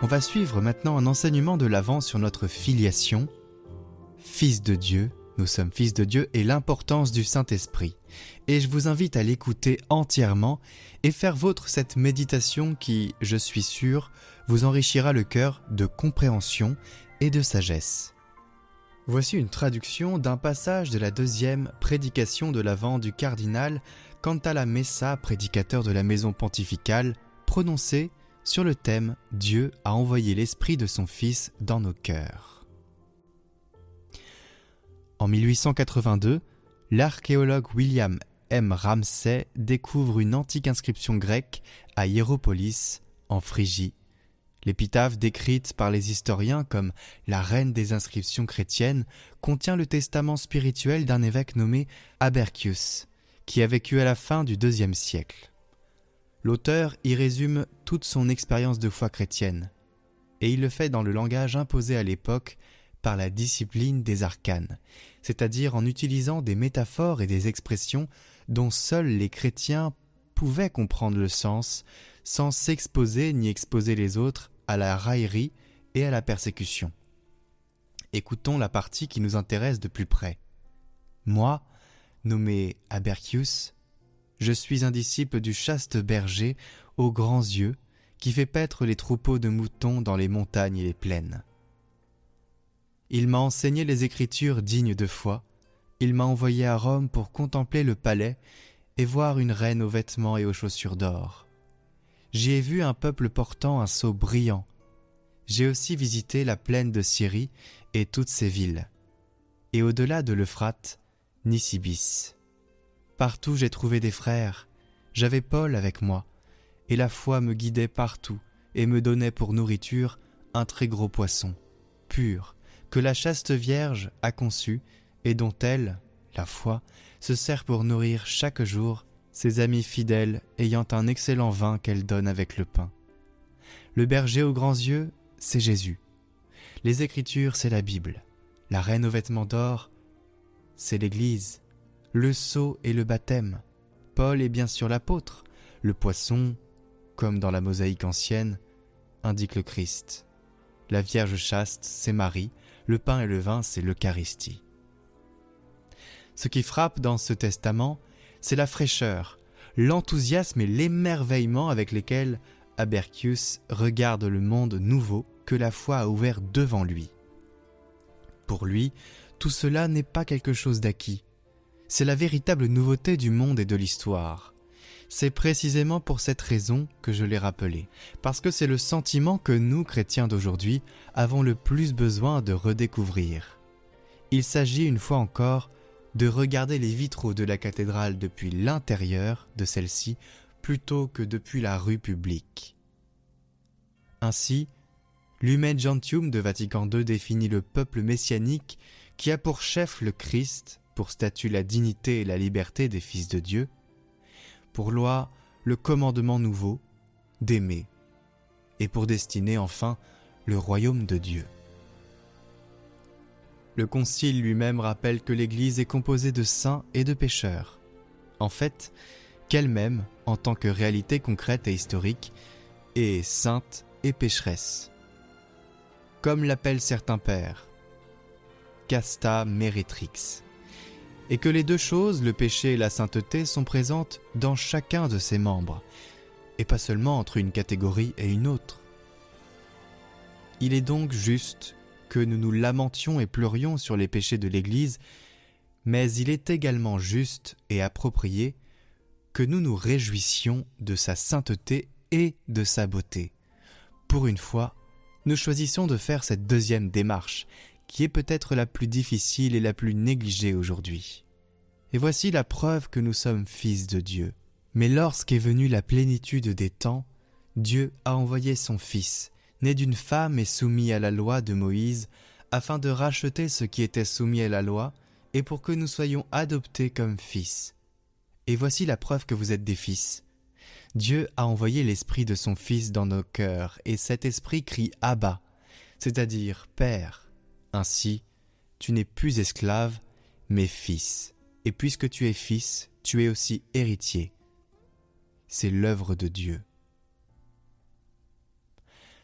va suivre maintenant un enseignement de l'Avent sur notre filiation, fils de Dieu, nous sommes fils de Dieu, et l'importance du Saint-Esprit. Et je vous invite à l'écouter entièrement et faire vôtre cette méditation qui, je suis sûr, vous enrichira le cœur de compréhension et de sagesse. Voici une traduction d'un passage de la deuxième prédication de l'Avent du cardinal Cantala Messa, prédicateur de la maison pontificale, prononcée sur le thème « Dieu a envoyé l'Esprit de son Fils dans nos cœurs ». En 1882, l'archéologue William M. Ramsay découvre une antique inscription grecque à Hiéropolis, en Phrygie. L'épitaphe décrite par les historiens comme la reine des inscriptions chrétiennes contient le testament spirituel d'un évêque nommé Abercius, qui a vécu à la fin du IIe siècle. L'auteur y résume toute son expérience de foi chrétienne, et il le fait dans le langage imposé à l'époque par la discipline des arcanes, c'est-à-dire en utilisant des métaphores et des expressions dont seuls les chrétiens pouvaient comprendre le sens, sans s'exposer ni exposer les autres à la raillerie et à la persécution. Écoutons la partie qui nous intéresse de plus près. Moi, nommé Abercius, je suis un disciple du chaste berger aux grands yeux qui fait paître les troupeaux de moutons dans les montagnes et les plaines. Il m'a enseigné les Écritures dignes de foi, il m'a envoyé à Rome pour contempler le palais et voir une reine aux vêtements et aux chaussures d'or. J'y ai vu un peuple portant un sceau brillant. J'ai aussi visité la plaine de Syrie et toutes ses villes, et au-delà de l'Euphrate, Nisibis. Partout j'ai trouvé des frères, j'avais Paul avec moi, et la foi me guidait partout et me donnait pour nourriture un très gros poisson, pur, que la chaste Vierge a conçu et dont elle, la foi, se sert pour nourrir chaque jour ses amis fidèles ayant un excellent vin qu'elle donne avec le pain. Le berger aux grands yeux, c'est Jésus. Les Écritures, c'est la Bible. La reine aux vêtements d'or, c'est l'Église. Le sceau et le baptême. Paul est bien sûr l'apôtre. Le poisson, comme dans la mosaïque ancienne, indique le Christ. La Vierge chaste, c'est Marie. Le pain et le vin, c'est l'Eucharistie. Ce qui frappe dans ce testament, c'est la fraîcheur, l'enthousiasme et l'émerveillement avec lesquels Abercius regarde le monde nouveau que la foi a ouvert devant lui. Pour lui, tout cela n'est pas quelque chose d'acquis. C'est la véritable nouveauté du monde et de l'histoire. C'est précisément pour cette raison que je l'ai rappelé, parce que c'est le sentiment que nous, chrétiens d'aujourd'hui, avons le plus besoin de redécouvrir. Il s'agit une fois encore de regarder les vitraux de la cathédrale depuis l'intérieur de celle-ci plutôt que depuis la rue publique. Ainsi, Lumen Gentium de Vatican II définit le peuple messianique qui a pour chef le Christ, pour statut la dignité et la liberté des fils de Dieu, pour loi le commandement nouveau d'aimer, et pour destinée enfin le royaume de Dieu. Le Concile lui-même rappelle que l'Église est composée de saints et de pécheurs. En fait, qu'elle-même, en tant que réalité concrète et historique, est sainte et pécheresse. Comme l'appellent certains pères, casta meretrix, et que les deux choses, le péché et la sainteté, sont présentes dans chacun de ses membres, et pas seulement entre une catégorie et une autre. Il est donc juste que nous nous lamentions et pleurions sur les péchés de l'Église, mais il est également juste et approprié que nous nous réjouissions de sa sainteté et de sa beauté. Pour une fois, nous choisissons de faire cette deuxième démarche, qui est peut-être la plus difficile et la plus négligée aujourd'hui. Et voici la preuve que nous sommes fils de Dieu. Mais lorsqu'est venue la plénitude des temps, Dieu a envoyé son Fils, né d'une femme et soumis à la loi de Moïse, afin de racheter ce qui était soumis à la loi, et pour que nous soyons adoptés comme fils. Et voici la preuve que vous êtes des fils. Dieu a envoyé l'Esprit de son Fils dans nos cœurs, et cet Esprit crie « Abba », c'est-à-dire « Père ». Ainsi, tu n'es plus esclave, mais fils. Et puisque tu es fils, tu es aussi héritier. C'est l'œuvre de Dieu.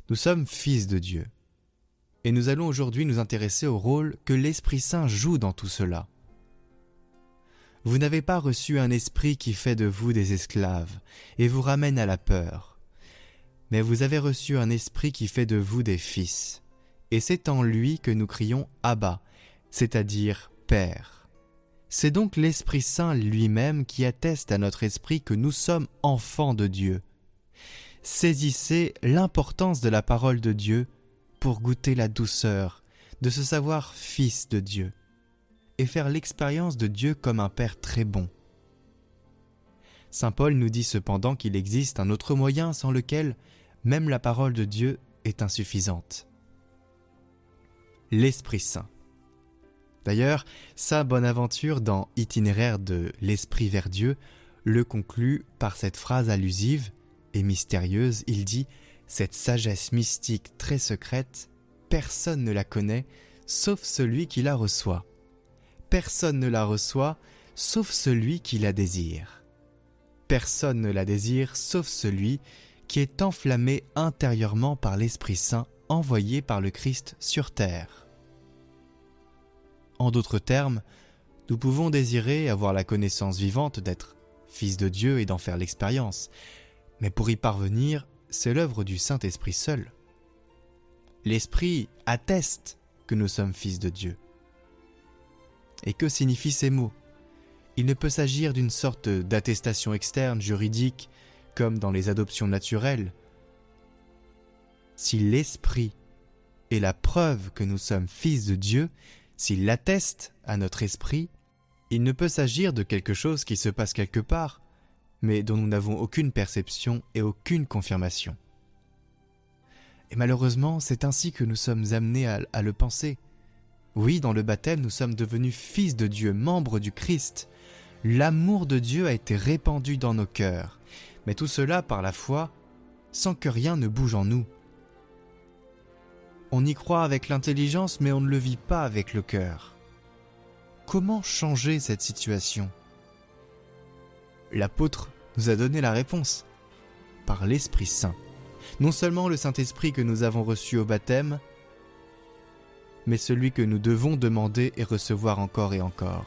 Nous sommes fils de Dieu. Et nous allons aujourd'hui nous intéresser au rôle que l'Esprit Saint joue dans tout cela. Vous n'avez pas reçu un esprit qui fait de vous des esclaves et vous ramène à la peur, mais vous avez reçu un esprit qui fait de vous des fils. Et c'est en lui que nous crions « Abba », c'est-à-dire « Père ». C'est donc l'Esprit Saint lui-même qui atteste à notre esprit que nous sommes enfants de Dieu. Saisissez l'importance de la parole de Dieu pour goûter la douceur de se savoir fils de Dieu et faire l'expérience de Dieu comme un Père très bon. Saint Paul nous dit cependant qu'il existe un autre moyen sans lequel même la parole de Dieu est insuffisante. L'Esprit Saint. D'ailleurs, saint Bonaventure, dans Itinéraire de l'Esprit vers Dieu, le conclut par cette phrase allusive et mystérieuse. Il dit « Cette sagesse mystique très secrète, personne ne la connaît, sauf celui qui la reçoit. Personne ne la reçoit, sauf celui qui la désire. Personne ne la désire, sauf celui qui est enflammé intérieurement par l'Esprit Saint envoyé par le Christ sur terre. » En d'autres termes, nous pouvons désirer avoir la connaissance vivante d'être fils de Dieu et d'en faire l'expérience. Mais pour y parvenir, c'est l'œuvre du Saint-Esprit seul. L'Esprit atteste que nous sommes fils de Dieu. Et que signifient ces mots ? Il ne peut s'agir d'une sorte d'attestation externe, juridique, comme dans les adoptions naturelles. Si l'Esprit est la preuve que nous sommes fils de Dieu, s'il l'atteste à notre esprit, il ne peut s'agir de quelque chose qui se passe quelque part, mais dont nous n'avons aucune perception et aucune confirmation. Et malheureusement, c'est ainsi que nous sommes amenés à le penser. Oui, dans le baptême, nous sommes devenus fils de Dieu, membres du Christ. L'amour de Dieu a été répandu dans nos cœurs, mais tout cela par la foi, sans que rien ne bouge en nous. On y croit avec l'intelligence, mais on ne le vit pas avec le cœur. Comment changer cette situation ? L'apôtre nous a donné la réponse, par l'Esprit Saint. Non seulement le Saint-Esprit que nous avons reçu au baptême, mais celui que nous devons demander et recevoir encore et encore.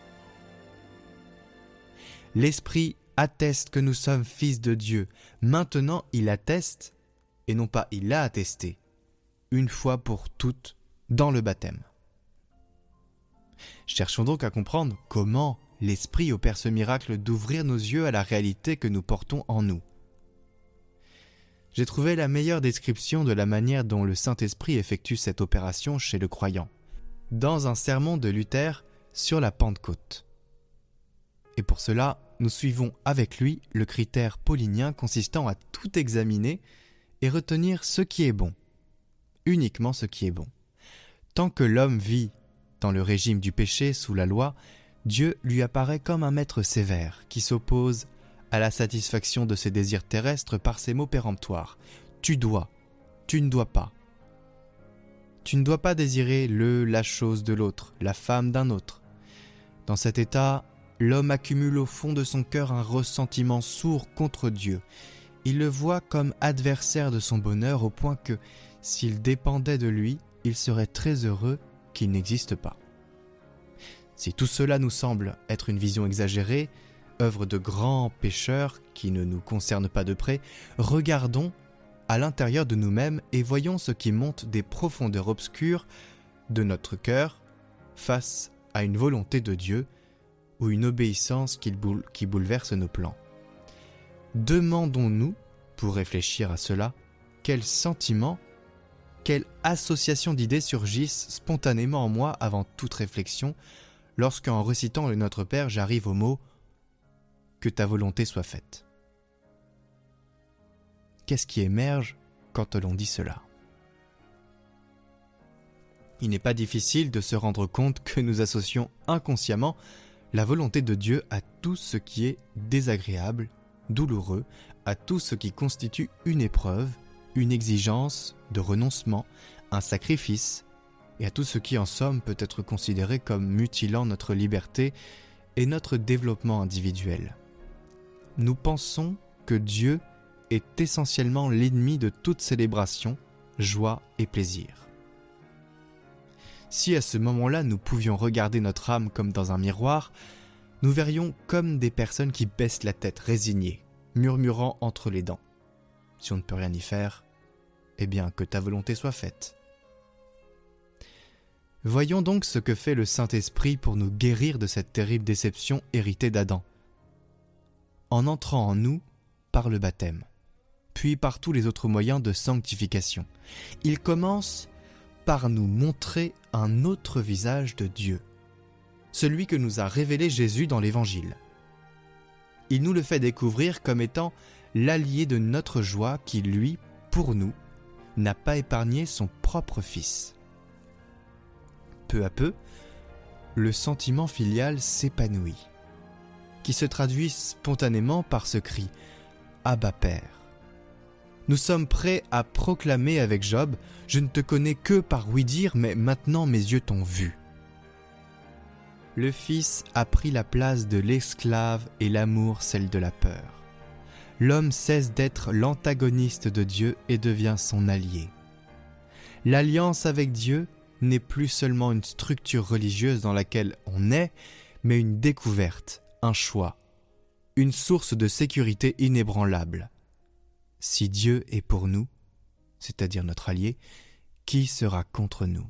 L'Esprit atteste que nous sommes fils de Dieu. Maintenant, il atteste, et non pas il l'a attesté, une fois pour toutes, dans le baptême. Cherchons donc à comprendre comment l'Esprit opère ce miracle d'ouvrir nos yeux à la réalité que nous portons en nous. J'ai trouvé la meilleure description de la manière dont le Saint-Esprit effectue cette opération chez le croyant, dans un sermon de Luther sur la Pentecôte. Et pour cela, nous suivons avec lui le critère paulinien consistant à tout examiner et retenir ce qui est bon, uniquement ce qui est bon. Tant que l'homme vit dans le régime du péché sous la loi, Dieu lui apparaît comme un maître sévère qui s'oppose à la satisfaction de ses désirs terrestres par ces mots péremptoires. Tu dois, tu ne dois pas. Tu ne dois pas désirer la chose de l'autre, la femme d'un autre. Dans cet état, l'homme accumule au fond de son cœur un ressentiment sourd contre Dieu. Il le voit comme adversaire de son bonheur au point que, s'il dépendait de lui, il serait très heureux qu'il n'existe pas. Si tout cela nous semble être une vision exagérée, œuvre de grands pécheurs qui ne nous concerne pas de près, regardons à l'intérieur de nous-mêmes et voyons ce qui monte des profondeurs obscures de notre cœur face à une volonté de Dieu ou une obéissance qui bouleverse nos plans. Demandons-nous, pour réfléchir à cela, quels sentiments, quelle association d'idées surgissent spontanément en moi avant toute réflexion, lorsqu'en récitant le Notre Père, j'arrive au mot « Que ta volonté soit faite ». Qu'est-ce qui émerge quand l'on dit cela ? Il n'est pas difficile de se rendre compte que nous associons inconsciemment la volonté de Dieu à tout ce qui est désagréable, douloureux, à tout ce qui constitue une épreuve, une exigence de renoncement, un sacrifice, et à tout ce qui en somme peut être considéré comme mutilant notre liberté et notre développement individuel. Nous pensons que Dieu est essentiellement l'ennemi de toute célébration joie et plaisir. Si à ce moment-là nous pouvions regarder notre âme comme dans un miroir, nous verrions comme des personnes qui baissent la tête résignées, murmurant entre les dents. Si on ne peut rien y faire, eh bien que ta volonté soit faite. Voyons donc ce que fait le Saint-Esprit pour nous guérir de cette terrible déception héritée d'Adam. En entrant en nous par le baptême, puis par tous les autres moyens de sanctification, il commence par nous montrer un autre visage de Dieu, celui que nous a révélé Jésus dans l'Évangile. Il nous le fait découvrir comme étant l'allié de notre joie qui, lui, pour nous, n'a pas épargné son propre Fils. Peu à peu, le sentiment filial s'épanouit, qui se traduit spontanément par ce cri « Abba Père ». Nous sommes prêts à proclamer avec Job « Je ne te connais que par ouï-dire, mais maintenant mes yeux t'ont vu ». Le Fils a pris la place de l'esclave et l'amour celle de la peur. L'homme cesse d'être l'antagoniste de Dieu et devient son allié. L'alliance avec Dieu n'est plus seulement une structure religieuse dans laquelle on est, mais une découverte, un choix, une source de sécurité inébranlable. Si Dieu est pour nous, c'est-à-dire notre allié, qui sera contre nous?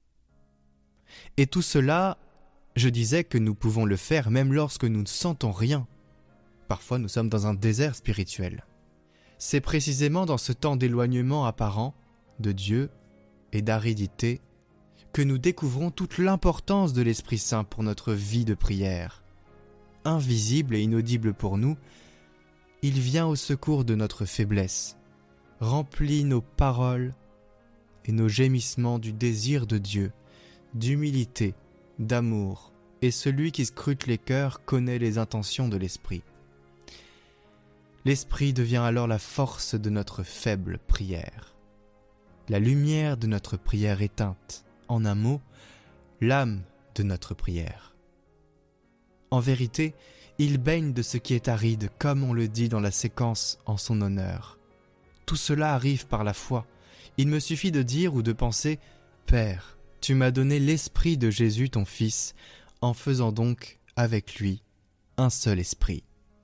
Et tout cela, je disais que nous pouvons le faire même lorsque nous ne sentons rien. Parfois, nous sommes dans un désert spirituel. C'est précisément dans ce temps d'éloignement apparent de Dieu et d'aridité que nous découvrons toute l'importance de l'Esprit Saint pour notre vie de prière. Invisible et inaudible pour nous, il vient au secours de notre faiblesse, remplit nos paroles et nos gémissements du désir de Dieu, d'humilité, d'amour, et celui qui scrute les cœurs connaît les intentions de l'Esprit. L'Esprit devient alors la force de notre faible prière, la lumière de notre prière éteinte, en un mot, l'âme de notre prière. En vérité, il baigne de ce qui est aride, comme on le dit dans la séquence en son honneur. Tout cela arrive par la foi. Il me suffit de dire ou de penser « Père, tu m'as donné l'Esprit de Jésus ton Fils, en faisant donc avec lui un seul esprit. »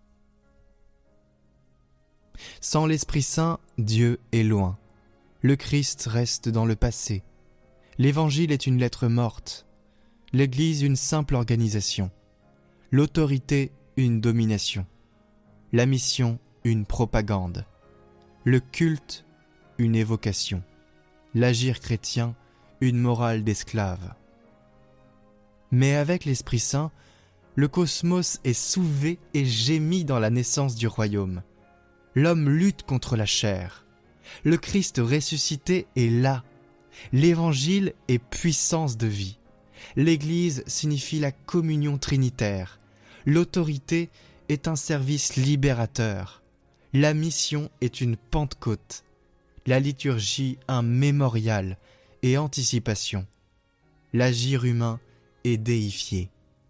Sans l'Esprit Saint, Dieu est loin. Le Christ reste dans le passé. L'Évangile est une lettre morte. L'Église une simple organisation. L'autorité une domination. La mission une propagande. Le culte une évocation. L'agir chrétien une morale d'esclave. Mais avec l'Esprit Saint, le cosmos est soulevé et gémit dans la naissance du royaume. L'homme lutte contre la chair. Le Christ ressuscité est là. L'Évangile est puissance de vie. L'Église signifie la communion trinitaire. L'autorité est un service libérateur. La mission est une Pentecôte. La liturgie un mémorial et anticipation. L'agir humain est déifié.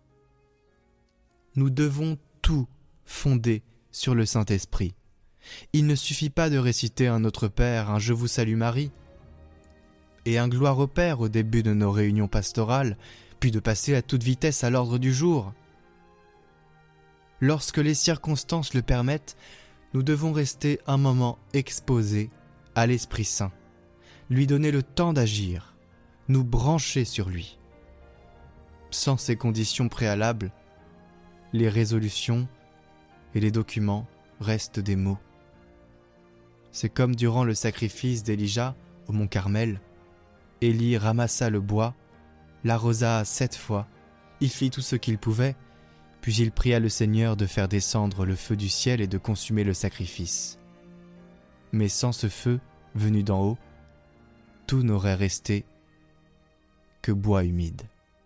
Nous devons tout fonder sur le Saint-Esprit. Il ne suffit pas de réciter un Notre Père, un Je vous salue Marie, et un Gloire au Père au début de nos réunions pastorales, puis de passer à toute vitesse à l'ordre du jour. Lorsque les circonstances le permettent, nous devons rester un moment exposés à l'Esprit Saint, lui donner le temps d'agir, nous brancher sur lui. Sans ces conditions préalables, les résolutions et les documents restent des mots. C'est comme durant le sacrifice d'Élijah au mont Carmel. Élie ramassa le bois, l'arrosa 7 fois, il fit tout ce qu'il pouvait, puis il pria le Seigneur de faire descendre le feu du ciel et de consumer le sacrifice. Mais sans ce feu, venu d'en haut, tout n'aurait resté que bois humide.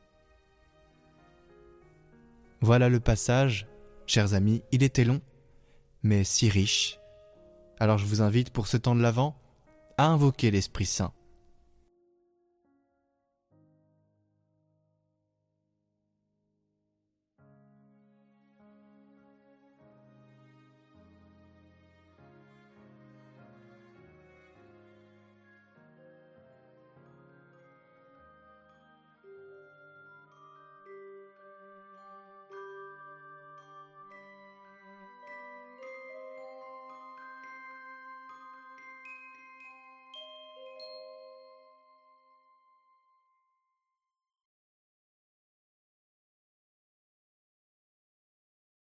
Voilà le passage, chers amis, il était long, mais si riche. Alors je vous invite pour ce temps de l'Avent à invoquer l'Esprit Saint.